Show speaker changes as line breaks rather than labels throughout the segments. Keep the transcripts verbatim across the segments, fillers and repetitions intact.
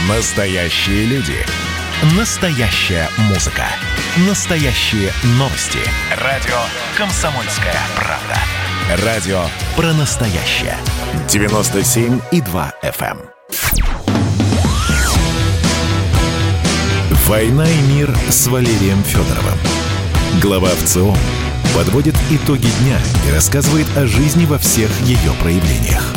Настоящие люди. Настоящая музыка. Настоящие новости. Радио «Комсомольская правда». Радио про настоящее. девяносто семь и два эф эм. «Война и мир» с Валерием Федоровым. Глава ВЦИОМ подводит итоги дня и рассказывает о жизни во всех ее проявлениях.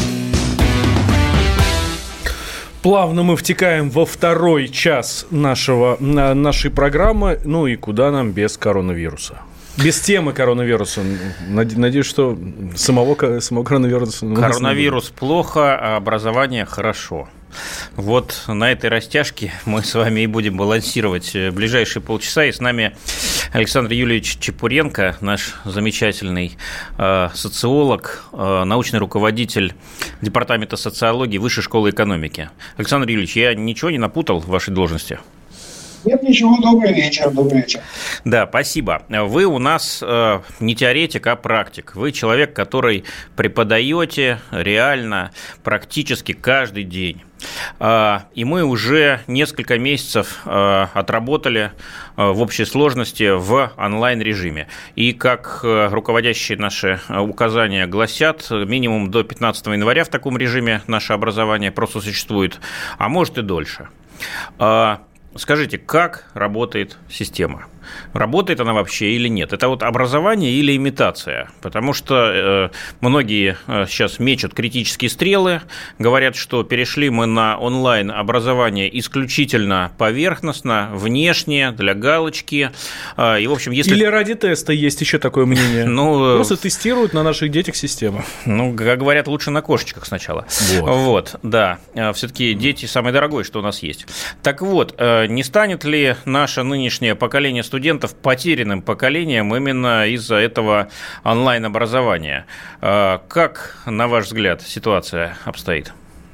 Плавно мы втекаем во второй час нашего, нашей программы. Ну и куда нам без коронавируса? Без темы коронавируса. Надеюсь, что самого, самого коронавируса...
Коронавирус плохо, а образование хорошо. Вот на этой растяжке мы с вами и будем балансировать ближайшие полчаса. И с нами Александр Юрьевич Чепуренко, наш замечательный э, социолог, э, научный руководитель Департамента социологии Высшей школы экономики. Александр Юрьевич, я ничего не напутал в вашей должности?
Нет, ничего, добрый вечер, добрый вечер.
Да, спасибо. Вы у нас э, не теоретик, а практик. Вы человек, который преподаете реально, практически каждый день. Э, и мы уже несколько месяцев э, отработали э, в общей сложности в онлайн-режиме. И как э, руководящие наши указания гласят, минимум до пятнадцатого января в таком режиме наше образование просто существует, а может и дольше. Э, Скажите, как работает система? Работает она вообще или нет? Это вот образование или имитация? Потому что э, многие э, сейчас мечут критические стрелы, говорят, что перешли мы на онлайн-образование исключительно поверхностно, внешне, для галочки. Э, и, в общем, если...
Или ради теста есть еще такое мнение.
Ну,
просто тестируют на наших детях систему.
Ну, как говорят, лучше на кошечках сначала. Вот, вот да. Все-таки дети самое дорогое, что у нас есть. Так вот, э, не станет ли наше нынешнее поколение студентов студентов потерянным поколением именно из-за этого онлайн-образования? Как, на ваш взгляд, ситуация обстоит?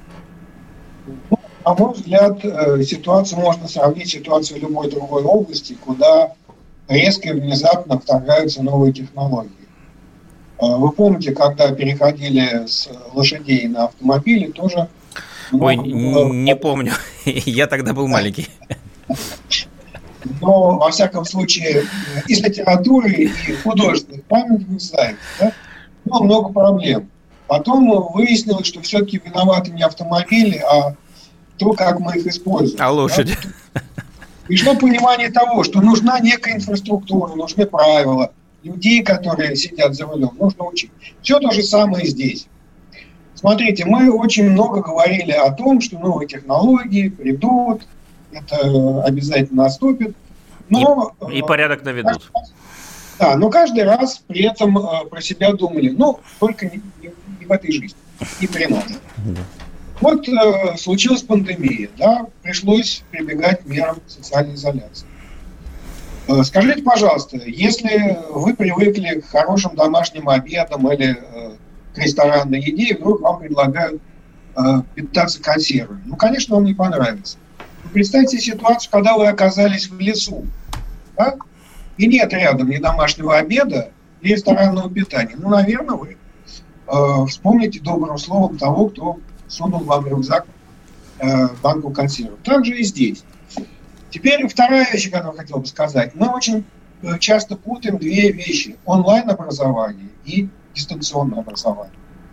На мой взгляд, ситуацию можно сравнить с ситуацией любой другой области, куда резко и внезапно вторгаются новые технологии. Вы помните, когда переходили с лошадей на автомобили, тоже...
Ой, было... не помню. Я тогда был маленький.
Но, во всяком случае, из литературы и художественных памятников знаете, да, было много проблем. Потом выяснилось, что все-таки виноваты не автомобили, а то, как мы их используем.
А лошади.
Да? Пришло понимание того, что нужна некая инфраструктура, нужны правила. Людей, которые сидят за рулем, нужно учить. Все то же самое здесь. Смотрите, мы очень много говорили о том, что новые технологии придут, это обязательно наступит. Но,
и, и порядок наведут.
Да, но каждый раз при этом э, про себя думали, ну, только не, не, не в этой жизни, не при нас. Да. Вот э, случилась пандемия, да, пришлось прибегать к мерам социальной изоляции. Э, скажите, пожалуйста, если вы привыкли к хорошим домашним обедам или э, к ресторанной еде, и вдруг вам предлагают э, питаться консервами, ну, конечно, вам не понравится. Представьте ситуацию, когда вы оказались в лесу, да? И нет рядом ни домашнего обеда, ни ресторанного питания. Ну, наверное, вы э, вспомните добрым словом того, кто сунул вам в рюкзак э, банку консервов. Так же и здесь. Теперь вторая вещь, которую я хотел бы сказать. Мы очень часто путаем две вещи. Онлайн-образование и дистанционное образование.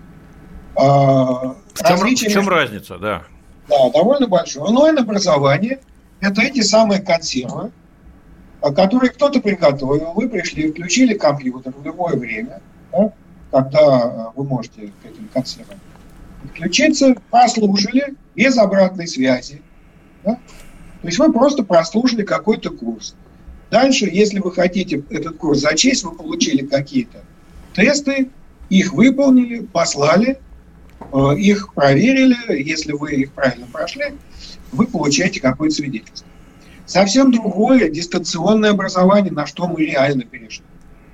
Э,
в, чем, в чем между... разница, да?
Да, довольно большое. Онлайн-образование – это эти самые консервы, которые кто-то приготовил, вы пришли, включили компьютер в любое время, да, когда вы можете к этим консервам подключиться, прослушали без обратной связи. Да? То есть вы просто прослушали какой-то курс. Дальше, если вы хотите этот курс зачесть, вы получили какие-то тесты, их выполнили, послали, их проверили, если вы их правильно прошли, вы получаете какое-то свидетельство. Совсем другое дистанционное образование, на что мы реально перешли.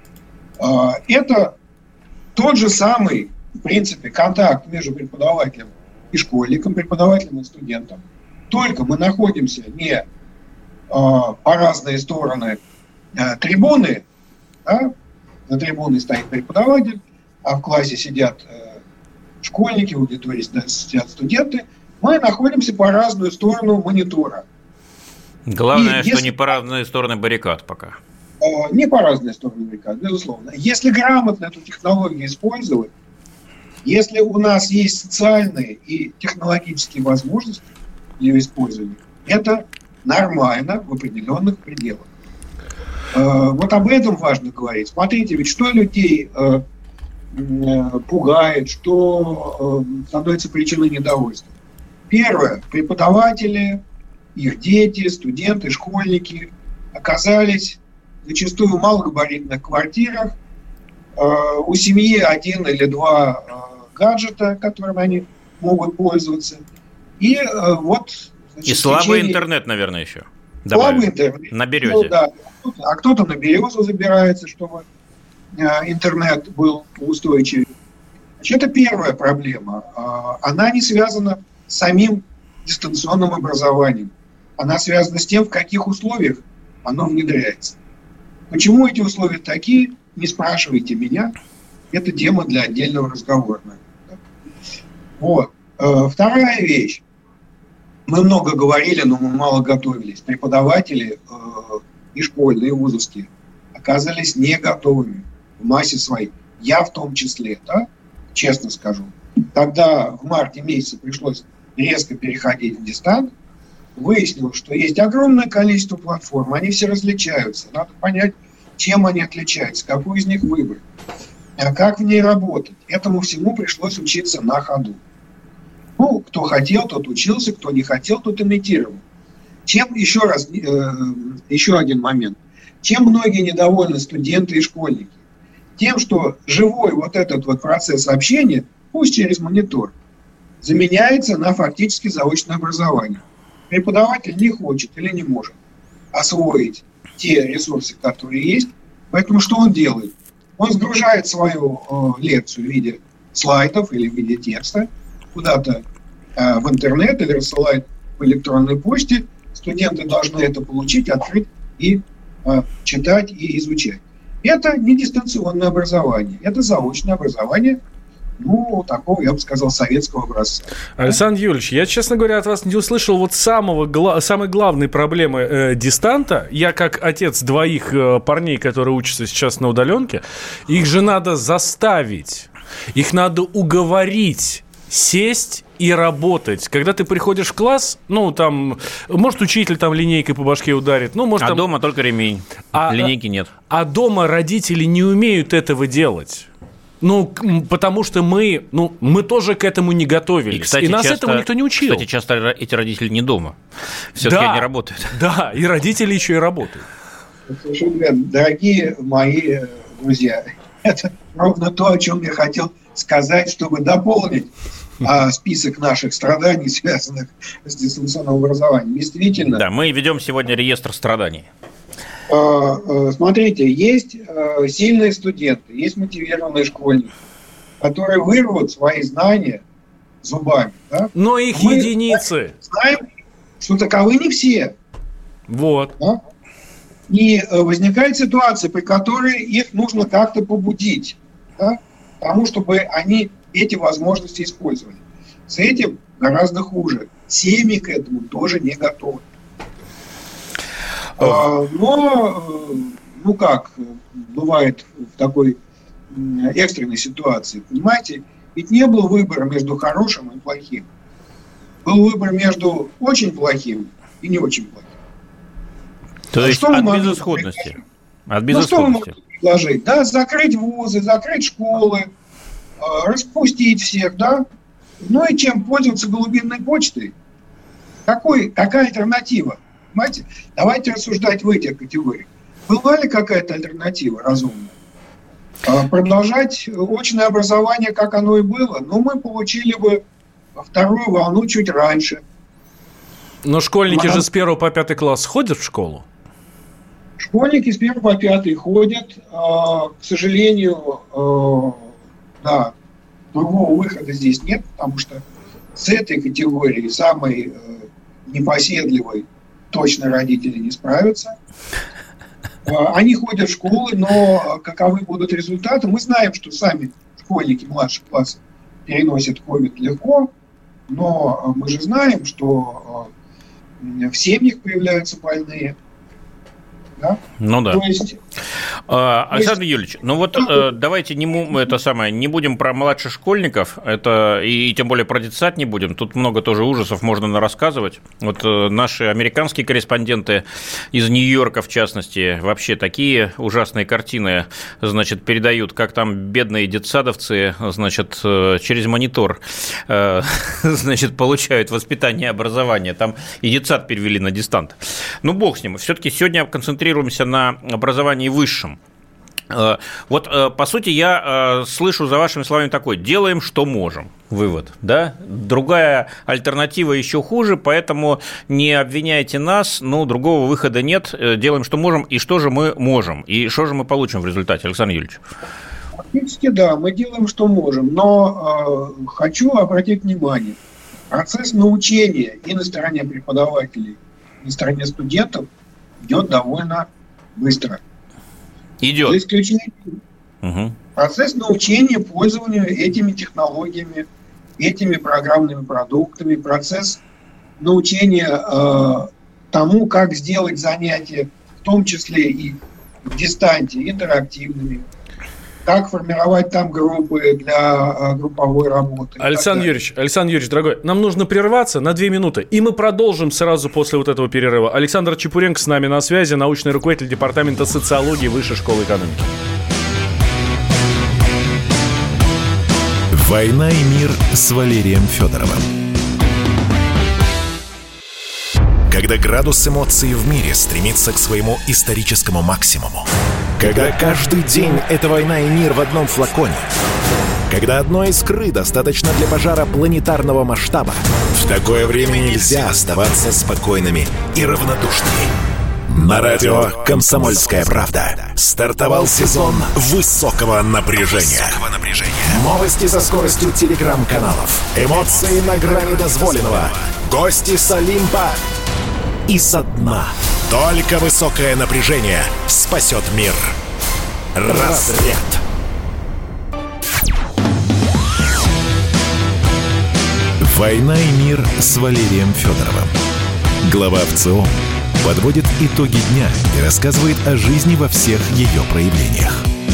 Это тот же самый, в принципе, контакт между преподавателем и школьником, преподавателем и студентом. Только мы находимся не по разные стороны трибуны, да? На трибуне стоит преподаватель, а в классе сидят школьники, в аудитории сидят студенты, мы находимся по разную сторону монитора.
Главное,
и
что
если...
не по разные стороны баррикад пока.
Не по разные стороны баррикад, безусловно. Если грамотно эту технологию использовать, если у нас есть социальные и технологические возможности для использования, это нормально в определенных пределах. Вот об этом важно говорить. Смотрите, ведь что людей пугает, что становится причиной недовольства. Первое. Преподаватели, их дети, студенты, школьники оказались зачастую в малогабаритных квартирах. У семьи один или два гаджета, которыми они могут пользоваться. И вот... Значит,
и слабый
течение... интернет,
наверное, еще.
Слабый интернет.
На березе.
Ну, да. А кто-то на березу забирается, чтобы интернет был устойчивее. Значит, это первая проблема. Она не связана с самим дистанционным образованием. Она связана с тем, в каких условиях оно внедряется. Почему эти условия такие, не спрашивайте меня. Это тема для отдельного разговора. Вот. Вторая вещь. Мы много говорили, но мы мало готовились. Преподаватели и школьные, и вузовские оказались не готовыми в массе своей. Я в том числе, да, честно скажу. Когда в марте месяце пришлось резко переходить в дистант, выяснилось, что есть огромное количество платформ, они все различаются. Надо понять, чем они отличаются, какую из них выбрать, как в ней работать. Этому всему пришлось учиться на ходу. Ну, кто хотел, тот учился, кто не хотел, тот имитировал. Чем, еще раз, э, еще один момент. Чем многие недовольны студенты и школьники? Тем, что живой вот этот вот процесс общения, пусть через монитор, заменяется на фактически заочное образование. Преподаватель не хочет или не может освоить те ресурсы, которые есть. Поэтому что он делает? Он сгружает свою э, лекцию в виде слайдов или в виде текста куда-то э, в интернет или рассылает по электронной почте. Студенты должны это получить, открыть и э, читать и изучать. Это не дистанционное образование, это заочное образование, ну, такого, я бы сказал, советского образца.
Александр Юрьевич, я, честно говоря, от вас не услышал вот самого, гла- самой главной проблемы э, дистанта. Я, как отец двоих э, парней, которые учатся сейчас на удаленке, их же надо заставить, их надо уговорить сесть и работать. Когда ты приходишь в класс, ну, там, может, учитель там линейкой по башке ударит. Ну, может,
а
там...
дома только ремень, а, линейки нет.
А дома родители не умеют этого делать. Ну, потому что мы, ну, мы тоже к этому не готовились. И, кстати, и нас часто, этому никто не учил.
Кстати, часто эти родители не дома. Все-таки
да,
они работают.
Да, и родители еще и работают.
Дорогие мои друзья, это ровно то, о чем я хотел сказать, чтобы дополнить а, список наших страданий, связанных с дистанционным образованием. Действительно.
Да, мы ведем сегодня реестр страданий.
Смотрите, есть сильные студенты, есть мотивированные школьники, которые вырвут свои знания зубами. Да?
Но их Мы единицы.
Знаем, что таковы не все.
Вот.
Да? И возникает ситуация, при которой их нужно как-то побудить, да? Потому чтобы они эти возможности использовали. С этим гораздо хуже. Семьи к этому тоже не готовы. Но, ну как бывает в такой экстренной ситуации, понимаете, ведь не было выбора между хорошим и плохим. Был выбор между очень плохим и не очень плохим.
То а есть от безысходности. От безысходности. Ну, что мы можем
предложить? Да, закрыть вузы, закрыть школы, распустить всех, да? Ну и чем пользоваться глубинной почтой? Какой, какая альтернатива? Понимаете? Давайте рассуждать в этих категориях. Была ли какая-то альтернатива разумная? Продолжать очное образование, как оно и было, но мы получили бы вторую волну чуть раньше.
Но школьники а... же с первого по пятый класс ходят в школу?
Школьники с первого по пятый ходят. К сожалению, да, другого выхода здесь нет, потому что с этой категорией, самой непоседливой, точно родители не справятся. Они ходят в школы, но каковы будут результаты? Мы знаем, что сами школьники младших классов переносят ковид легко. Но мы же знаем, что в семьях появляются больные. Да?
Ну да.
То есть,
а, Александр
то есть...
Юрьевич, ну вот э, давайте не, это самое, не будем про младших школьников, это, и, и тем более про детсад не будем, тут много тоже ужасов можно рассказывать. Вот э, наши американские корреспонденты из Нью-Йорка, в частности, вообще такие ужасные картины, значит, передают, как там бедные детсадовцы, значит, э, через монитор, э, значит, получают воспитание и образование. Там и детсад перевели на дистант. Ну, бог с ним. Все-таки сегодня концентрируемся на образовании высшем. Вот, по сути, я слышу за вашими словами такой: делаем, что можем. Вывод, да? Другая альтернатива еще хуже, поэтому не обвиняйте нас, но другого выхода нет. Делаем, что можем, и что же мы можем, и что же мы получим в результате, Александр Юрьевич?
Фактически, да, мы делаем, что можем, но э, хочу обратить внимание, процесс научения и на стороне преподавателей, и на стороне студентов идет довольно быстро.
Идет.
За исключением
угу.
процесс научения пользованию этими технологиями, этими программными продуктами, процесс научения э, тому, как сделать занятия, в том числе и в дистанте, интерактивными, как формировать там группы для групповой работы.
Александр Юрьевич, Александр Юрьевич, дорогой, нам нужно прерваться на две минуты, и мы продолжим сразу после вот этого перерыва. Александр Чепуренко с нами на связи, научный руководитель Департамента социологии Высшей школы экономики.
«Война и мир» с Валерием Федоровым. Когда градус эмоций в мире стремится к своему историческому максимуму. Когда каждый день — это война и мир в одном флаконе. Когда одной искры достаточно для пожара планетарного масштаба. В такое время нельзя оставаться спокойными и равнодушными. На радио «Комсомольская правда» стартовал сезон высокого напряжения. Высокого напряжения. Новости со скоростью телеграм-каналов. Эмоции на грани дозволенного. Гости с Олимпа и со дна. Только высокое напряжение спасет мир. Разряд. «Война и мир» с Валерием Федоровым. Глава ВЦИОМ подводит итоги дня и рассказывает о жизни во всех ее проявлениях.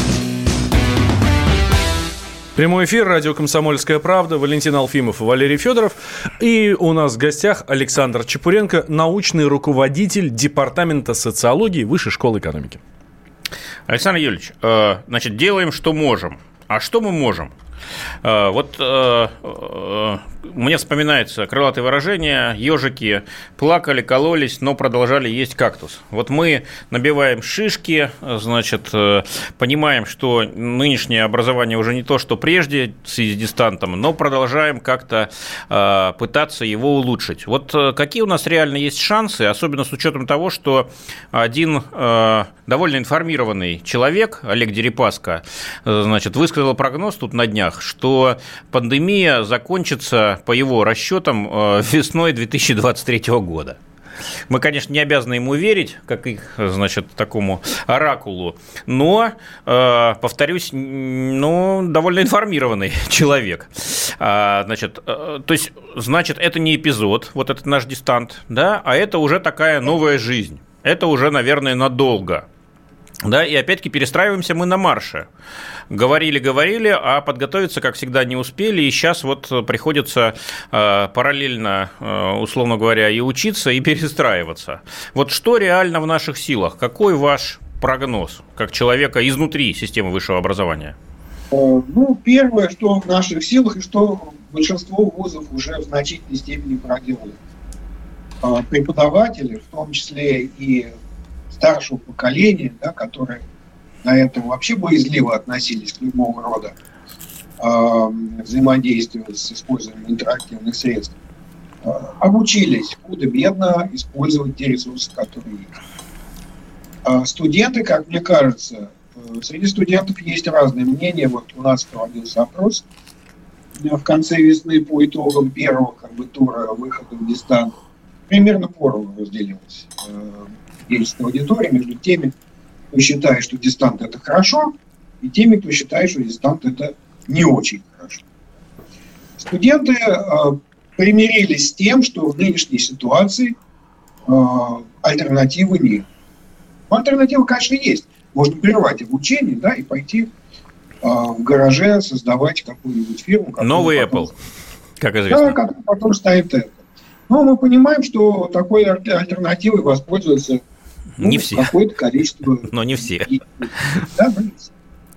Прямой эфир, радио «Комсомольская правда», Валентин Алфимов и Валерий Федоров. И у нас в гостях Александр Чепуренко, научный руководитель Департамента социологии Высшей школы экономики.
Александр Юрьевич, значит, делаем, что можем. А что мы можем? Вот э, э, мне вспоминается крылатое выражение: ежики плакали, кололись, но продолжали есть кактус. Вот мы набиваем шишки, значит, э, понимаем, что нынешнее образование уже не то, что прежде в связи с дистантом, но продолжаем как-то э, пытаться его улучшить. Вот э, какие у нас реально есть шансы, особенно с учетом того, что один э, довольно информированный человек, Олег Дерипаска, э, значит, высказал прогноз тут на днях, что пандемия закончится, по его расчетам, весной две тысячи двадцать третьего года. Мы, конечно, не обязаны ему верить, как их, значит, такому оракулу, но, повторюсь, ну, довольно информированный человек. Значит, то есть, значит, это не эпизод, вот этот наш дистант, да, а это уже такая новая жизнь. Это уже, наверное, надолго. Да, и опять-таки перестраиваемся мы на марше. Говорили-говорили, а подготовиться, как всегда, не успели, и сейчас вот приходится э, параллельно, э, условно говоря, и учиться, и перестраиваться. Вот что реально в наших силах? Какой ваш прогноз, как человека изнутри системы высшего образования?
Ну, первое, что в наших силах, и что большинство вузов уже в значительной степени проделали. Преподаватели, в том числе и старшего поколения, да, которые до этого вообще боязливо относились к любого рода э, взаимодействию с использованием интерактивных средств, э, обучились худо-бедно использовать те ресурсы, которые есть. Э, студенты, как мне кажется, э, среди студентов есть разные мнения. Вот у нас проводился опрос в конце весны по итогам первого как бы, тура выхода в дистант. Примерно поровну разделилось э, количество аудитории между теми, кто считает, что дистант это хорошо, и теми, кто считает, что дистант это не очень хорошо. Студенты э, примирились с тем, что в нынешней ситуации э, альтернативы нет. Но альтернатива, конечно, есть. Можно прервать обучение, да, и пойти э, в гараже создавать какую-нибудь фирму.
Новый
потом,
Apple, как известно.
Да, который потом станет Apple. Но мы понимаем, что такой альтернативой воспользуются ну,
не все.
какое-то количество.
Но не все.
Да, но не все.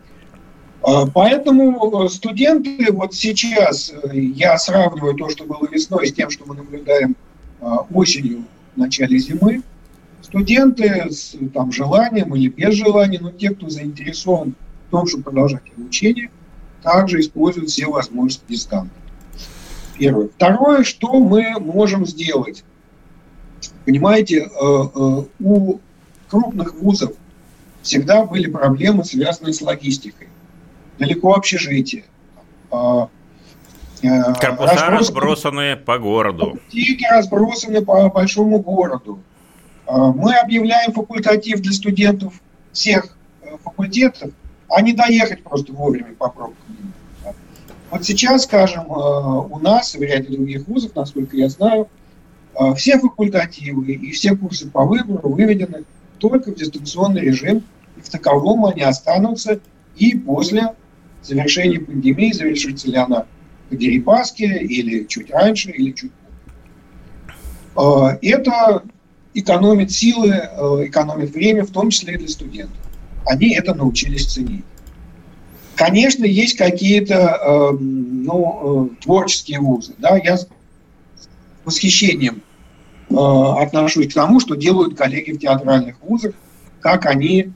Поэтому студенты, вот сейчас я сравниваю то, что было весной, с тем, что мы наблюдаем осенью, в начале зимы. Студенты с там, желанием или без желания, но те, кто заинтересован в том, чтобы продолжать обучение, также используют все возможности дистанции. Первое. Второе, что мы можем сделать. Понимаете, у крупных вузов всегда были проблемы, связанные с логистикой. Далеко общежитие.
Корпуса разбросаны по городу.
Факультеты разбросаны по большому городу. Мы объявляем факультатив для студентов всех факультетов, а не доехать просто вовремя по пробкам. Вот сейчас, скажем, у нас и в ряде других вузов, насколько я знаю, все факультативы и все курсы по выбору выведены только в дистанционный режим, и в таковом они останутся и после завершения пандемии, завершится ли она в Дерипаске или чуть раньше, или чуть позже. Это экономит силы, экономит время, в том числе и для студентов. Они это научились ценить. Конечно, есть какие-то ну, творческие вузы. Да? Я с восхищением отношусь к тому, что делают коллеги в театральных вузах, как они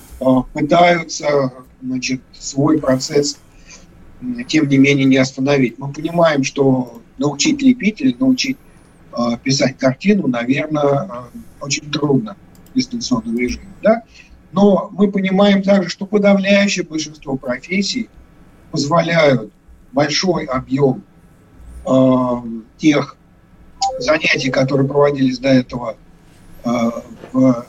пытаются, значит, свой процесс, тем не менее, не остановить. Мы понимаем, что научить лепить или научить э, писать картину, наверное, э, очень трудно в дистанционном режиме. Да? Но мы понимаем также, что подавляющее большинство профессий позволяют большой объем э, тех занятий, которые проводились до этого э, в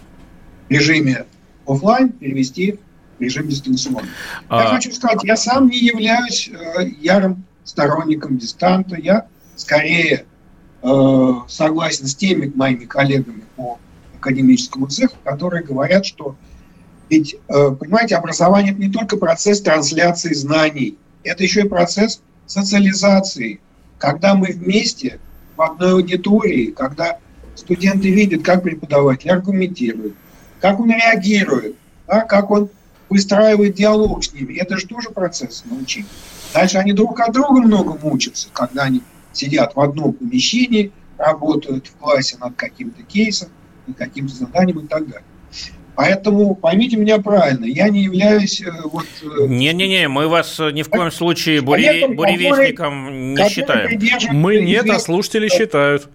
режиме офлайн, перевести в режим дистанционный. А... Я хочу сказать, я сам не являюсь э, ярым сторонником дистанта. Я скорее э, согласен с теми моими коллегами по академическому цеху, которые говорят, что ведь, э, понимаете, образование – это не только процесс трансляции знаний, это еще и процесс социализации. Когда мы вместе в одной аудитории, когда студенты видят, как преподаватель аргументирует, как он реагирует, да, как он выстраивает диалог с ними. Это же тоже процесс научения. Дальше они друг от друга много мучатся, когда они сидят в одном помещении, работают в классе над каким-то кейсом, над каким-то заданием и так далее. Поэтому поймите меня правильно, я не являюсь... Вот,
Не-не-не, мы вас ни в коем случае буре... буревестником не считаем.
Мы нет, а слушатели считают.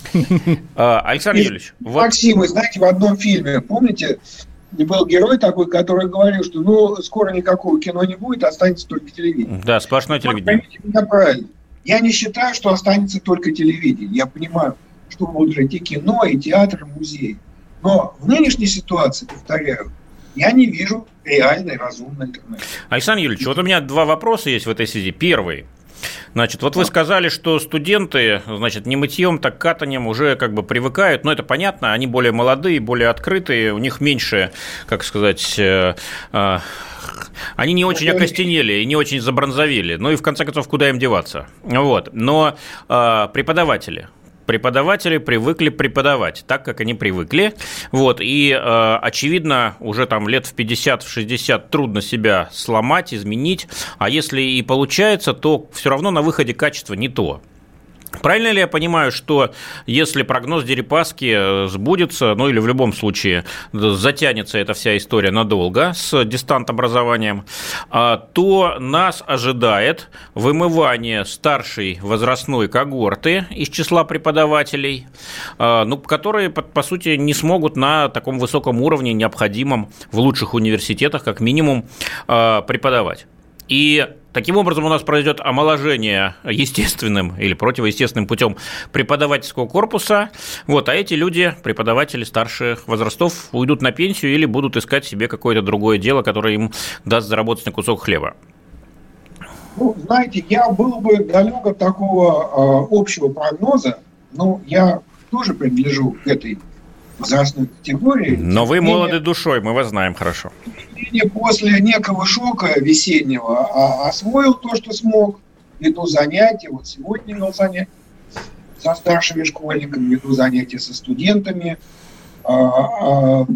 Александр Юрьевич.
Максим, вы знаете, в одном фильме, помните, был герой такой, который говорил, что ну скоро никакого кино не будет, останется только телевидение.
Да, сплошное телевидение.
Поймите меня правильно. Я не считаю, что останется только телевидение. Я понимаю, что будут жить и кино, и театр, и музей. Но в нынешней ситуации, повторяю, я не вижу реальной разумной альтернативы.
Александр Юрьевич, вот у меня два вопроса есть в этой связи. Первый. Значит, вот вы сказали, что студенты, значит, не мытьем, так катанием уже как бы привыкают, но это понятно, они более молодые, более открытые, у них меньше, как сказать, э, э, они не очень окостенели и не очень забронзовели, ну и в конце концов, куда им деваться, вот, но э, преподаватели, Преподаватели привыкли преподавать так, как они привыкли. Вот, и, э, очевидно, уже там лет в пятьдесят-шестьдесят трудно себя сломать, изменить. А если и получается, то все равно на выходе качество не то. Правильно ли я понимаю, что если прогноз Дерипаски сбудется, ну или в любом случае затянется эта вся история надолго с дистант-образованием, то нас ожидает вымывание старшей возрастной когорты из числа преподавателей, ну, которые, по сути, не смогут на таком высоком уровне, необходимом в лучших университетах, как минимум, преподавать. И таким образом у нас произойдет омоложение естественным или противоестественным путем преподавательского корпуса, вот, а эти люди, преподаватели старших возрастов, уйдут на пенсию или будут искать себе какое-то другое дело, которое им даст заработать на кусок хлеба.
Ну, знаете, я был бы далек от такого э, общего прогноза, но я тоже принадлежу к этой возрастной категории.
Но вы молоды душой, мы вас знаем хорошо.
И после некого шока весеннего а, освоил то, что смог, веду занятия, вот сегодня вел занятия со старшими школьниками, веду занятия со студентами, а, а,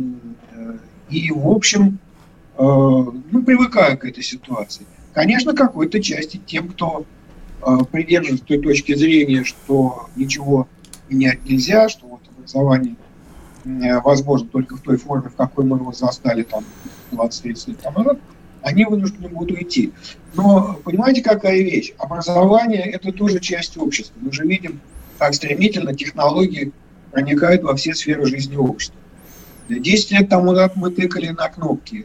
и, в общем, а, ну, привыкаю к этой ситуации. Конечно, какой-то части тем, кто а, придерживается той точки зрения, что ничего менять нельзя, что вот образование возможно только в той форме, в какой мы его застали там двадцать-тридцать лет назад, они вынуждены будут уйти. Но понимаете, какая вещь? Образование – это тоже часть общества. Мы же видим, как стремительно технологии проникают во все сферы жизни общества. Десять лет тому назад мы тыкали на кнопки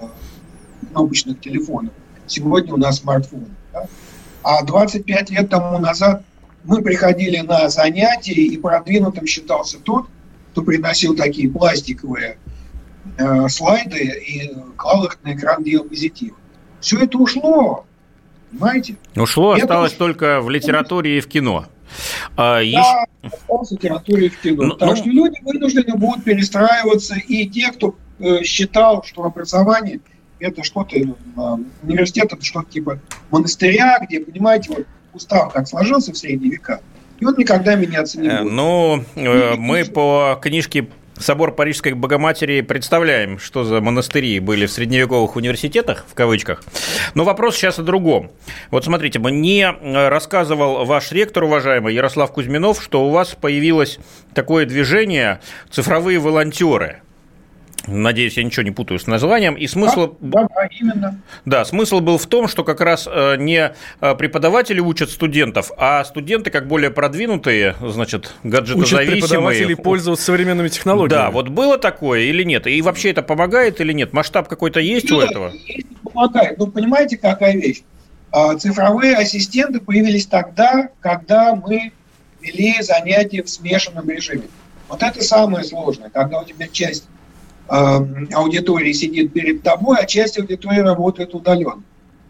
э, кнопочных телефонов. Сегодня у нас смартфоны. Да? А двадцать пять лет тому назад мы приходили на занятия, и продвинутым считался тот, кто приносил такие пластиковые э, слайды и клал их на экран диапозитив. Все это ушло, понимаете?
Ушло,
это
осталось
ушло.
Только в литературе и в кино. А,
да,
есть...
осталось в литературе и в кино.
Ну,
так
ну...
что люди вынуждены будут перестраиваться, и те, кто э, считал, что образование это что-то, э, университет это что-то типа монастыря, где, понимаете, вот устав как сложился в средние века, и он никогда меняться не будет.
Ну, мы по книжке «Собор Парижской Богоматери» представляем, что за монастыри были в средневековых университетах, в кавычках. Но вопрос сейчас о другом. Вот смотрите, мне рассказывал ваш ректор, уважаемый Ярослав Кузьминов, что у вас появилось такое движение «Цифровые волонтеры». Надеюсь, я ничего не путаю с названием. И смысл...
Да, да, именно.
Да, смысл был в том, что как раз не преподаватели учат студентов, а студенты, как более продвинутые, значит, гаджетозависимые...
Учат преподавателей пользоваться современными технологиями.
Да, вот было такое или нет? И вообще это помогает или нет? Масштаб какой-то есть у этого?
Помогает. Ну, понимаете, какая вещь? Цифровые ассистенты появились тогда, когда мы вели занятия в смешанном режиме. Вот это самое сложное, когда у тебя часть аудитории сидит перед тобой, а часть аудитории работает удаленно.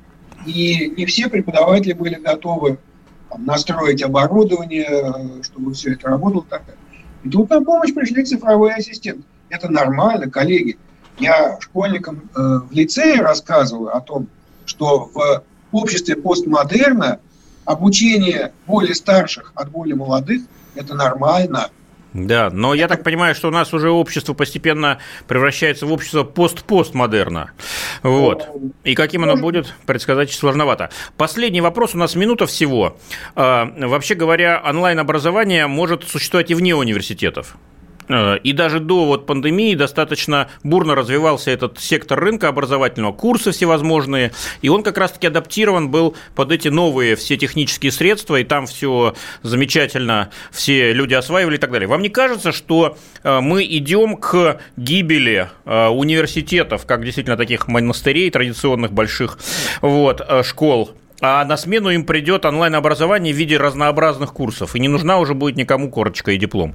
И не все преподаватели были готовы там, настроить оборудование, чтобы все это работало. Так далее. И тут на помощь пришли цифровые ассистенты. Это нормально, коллеги. Я школьникам э, в лицее рассказываю о том, что в обществе постмодерна обучение более старших от более молодых – это нормально.
Да, но я так понимаю, что у нас уже общество постепенно превращается в общество пост-постмодерна. Вот. И каким оно будет, предсказать сложновато. Последний вопрос, у нас минута всего. Вообще говоря, онлайн-образование может существовать и вне университетов. И даже до вот пандемии достаточно бурно развивался этот сектор рынка образовательного, курсы всевозможные, и он как раз-таки адаптирован был под эти новые все технические средства, и там все замечательно, все люди осваивали и так далее. Вам не кажется, что мы идем к гибели университетов, как действительно таких монастырей традиционных больших вот, школ, а на смену им придет онлайн-образование в виде разнообразных курсов, и не нужна уже будет никому корочка и диплом?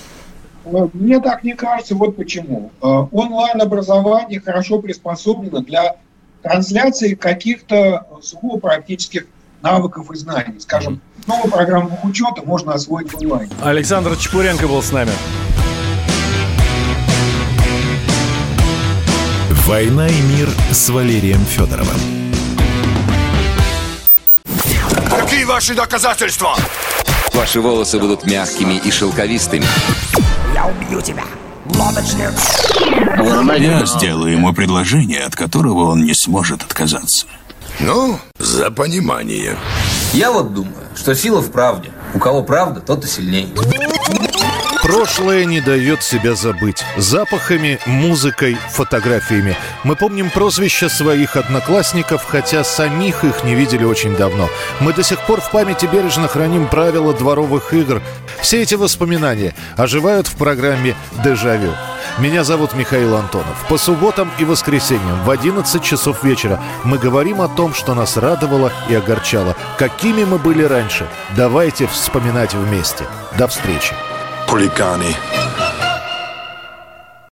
Мне так не кажется, вот почему. Онлайн-образование хорошо приспособлено для трансляции каких-то сугубо практических навыков и знаний. Скажем, новую программу бухучета можно освоить в онлайне.
Александр Чепуренко был с нами.
«Война и мир» с Валерием Федоровым.
Какие ваши доказательства?
Ваши волосы будут мягкими и шелковистыми.
Я убью тебя, лодочник.
Я сделаю ему предложение, от которого он не сможет отказаться. Ну, за понимание.
Я вот думаю, что сила в правде. У кого правда, тот и сильнее.
Прошлое не дает себя забыть. Запахами, музыкой, фотографиями. Мы помним прозвища своих одноклассников, хотя самих их не видели очень давно. Мы до сих пор в памяти бережно храним правила дворовых игр. Все эти воспоминания оживают в программе «Дежавю». Меня зовут Михаил Антонов. По субботам и воскресеньям в одиннадцать часов вечера мы говорим о том, что нас радовало и огорчало. Какими мы были раньше. Давайте вспоминать вместе. До встречи.
Хулиганы.